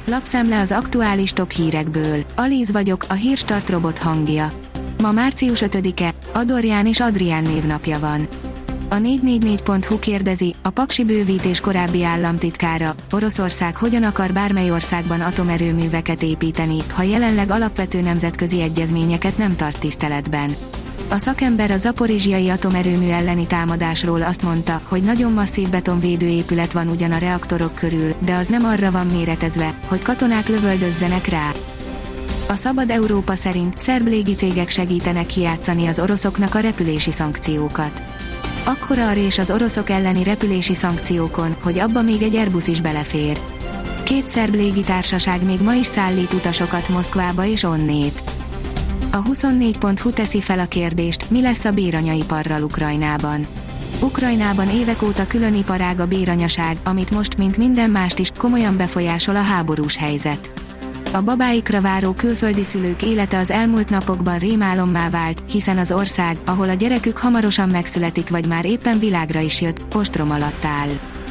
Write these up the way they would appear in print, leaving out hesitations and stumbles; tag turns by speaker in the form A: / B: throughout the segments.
A: Lapszemle az aktuális top hírekből. Alíz vagyok, a Hírstart robot hangja. Ma március 5-e, Adorján és Adrián névnapja van. A 444.hu kérdezi, a paksi bővítés korábbi államtitkára, Oroszország hogyan akar bármely országban atomerőműveket építeni, ha jelenleg alapvető nemzetközi egyezményeket nem tart tiszteletben. A szakember a zaporizsiai atomerőmű elleni támadásról azt mondta, hogy nagyon masszív betonvédő épület van ugyan a reaktorok körül, de az nem arra van méretezve, hogy katonák lövöldözzenek rá. A Szabad Európa szerint szerb légicégek segítenek kijátszani az oroszoknak a repülési szankciókat. Akkora a rés az oroszok elleni repülési szankciókon, hogy abba még egy Airbus is belefér. 2 szerb légitársaság még ma is szállít utasokat Moszkvába és onnét. A 24.hu teszi fel a kérdést, mi lesz a béranyagiparral Ukrajnában. Ukrajnában évek óta külön iparág a béranyaság, amit most, mint minden mást is, komolyan befolyásol a háborús helyzet. A babáikra váró külföldi szülők élete az elmúlt napokban rémálommá vált, hiszen az ország, ahol a gyerekük hamarosan megszületik vagy már éppen világra is jött, ostrom alatt áll.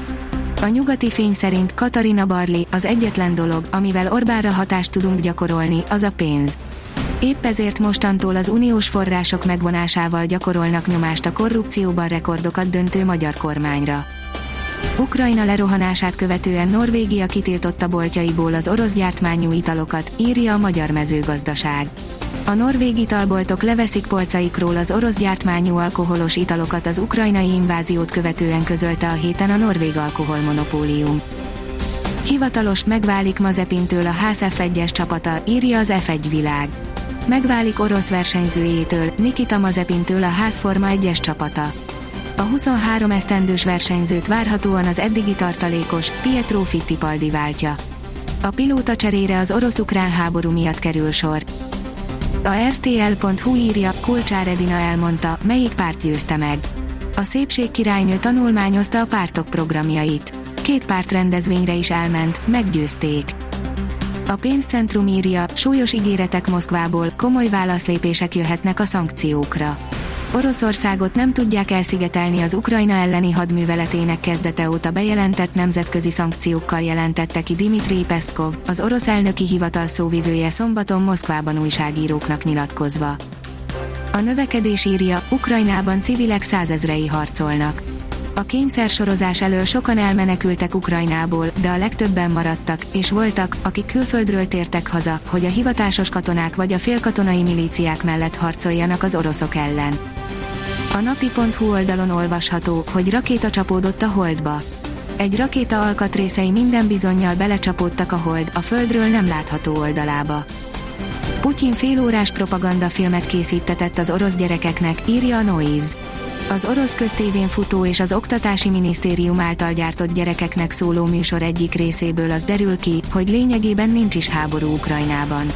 A: A Nyugati Fény szerint Katarina Barley, az egyetlen dolog, amivel Orbánra hatást tudunk gyakorolni, az a pénz. Épp ezért mostantól az uniós források megvonásával gyakorolnak nyomást a korrupcióban rekordokat döntő magyar kormányra. Ukrajna lerohanását követően Norvégia kitiltotta boltjaiból az orosz gyártmányú italokat, írja a Magyar Mezőgazdaság. A norvég italboltok leveszik polcaikról az orosz gyártmányú alkoholos italokat az ukrajnai inváziót követően, közölte a héten a norvég alkoholmonopólium. Hivatalos, megválik Mazepintől a Haas F1-es csapata, írja az F1 világ. Megválik orosz versenyzőjétől, Nikita Mazepintől a Haas Forma 1-es csapata. A 23 esztendős versenyzőt várhatóan az eddigi tartalékos Pietro Fittipaldi váltja. A pilóta cserére az orosz-ukrán háború miatt kerül sor. A RTL.hu írja, Kulcsár Edina elmondta, melyik párt győzte meg. A szépségkirálynő tanulmányozta a pártok programjait. 2 párt rendezvényre is elment, meggyőzték. A Pénzcentrum írja, súlyos ígéretek Moszkvából, komoly válaszlépések jöhetnek a szankciókra. Oroszországot nem tudják elszigetelni az Ukrajna elleni hadműveletének kezdete óta bejelentett nemzetközi szankciókkal, jelentette ki Dmitrij Peszkov, az orosz elnöki hivatal szóvivője szombaton Moszkvában újságíróknak nyilatkozva. A Növekedés írja, Ukrajnában civilek 100 000-ei harcolnak. A kényszersorozás elől sokan elmenekültek Ukrajnából, de a legtöbben maradtak, és voltak, akik külföldről tértek haza, hogy a hivatásos katonák vagy a félkatonai milíciák mellett harcoljanak az oroszok ellen. A napi.hu oldalon olvasható, hogy rakéta csapódott a Holdba. Egy rakéta alkatrészei minden bizonnyal belecsapódtak a Hold, a Földről nem látható oldalába. Putyin félórás propagandafilmet készítetett az orosz gyerekeknek, írja a Noise. Az orosz köztévén futó és az Oktatási Minisztérium által gyártott gyerekeknek szóló műsor egyik részéből az derül ki, hogy lényegében nincs is háború Ukrajnában.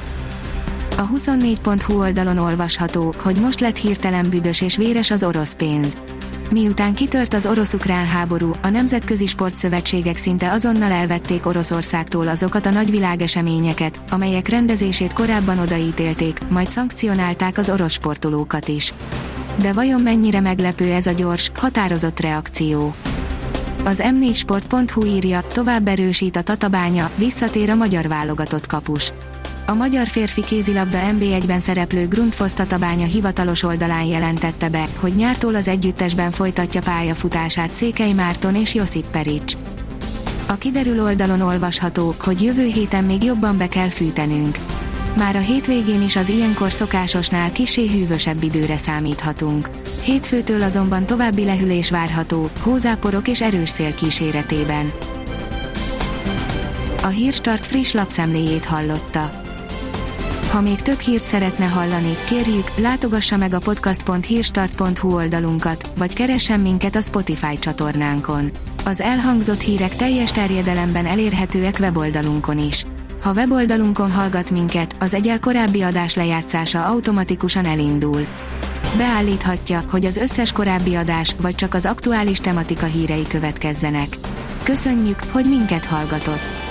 A: A 24.hu oldalon olvasható, hogy most lett hirtelen büdös és véres az orosz pénz. Miután kitört az orosz-ukrán háború, a nemzetközi sportszövetségek szinte azonnal elvették Oroszországtól azokat a nagyvilágeseményeket, amelyek rendezését korábban odaítélték, majd szankcionálták az orosz sportolókat is. De vajon mennyire meglepő ez a gyors, határozott reakció? Az m4sport.hu írja, tovább erősít a Tatabánya, visszatér a magyar válogatott kapus. A magyar férfi kézilabda NB1-ben szereplő Grundfos Tatabánya hivatalos oldalán jelentette be, hogy nyártól az együttesben folytatja pályafutását Székely Márton és Josip Perics. A kiderül oldalon olvasható, hogy jövő héten még jobban be kell fűtenünk. Már a hétvégén is az ilyenkor szokásosnál kissé hűvösebb időre számíthatunk. Hétfőtől azonban további lehűlés várható, hózáporok és erős szél kíséretében. A Hírstart friss lapszemléjét hallotta. Ha még több hírt szeretne hallani, kérjük, látogassa meg a podcast.hírstart.hu oldalunkat, vagy keressen minket a Spotify csatornánkon. Az elhangzott hírek teljes terjedelemben elérhetőek weboldalunkon is. Ha weboldalunkon hallgat minket, az egyel korábbi adás lejátszása automatikusan elindul. Beállíthatja, hogy az összes korábbi adás, vagy csak az aktuális tematika hírei következzenek. Köszönjük, hogy minket hallgatott!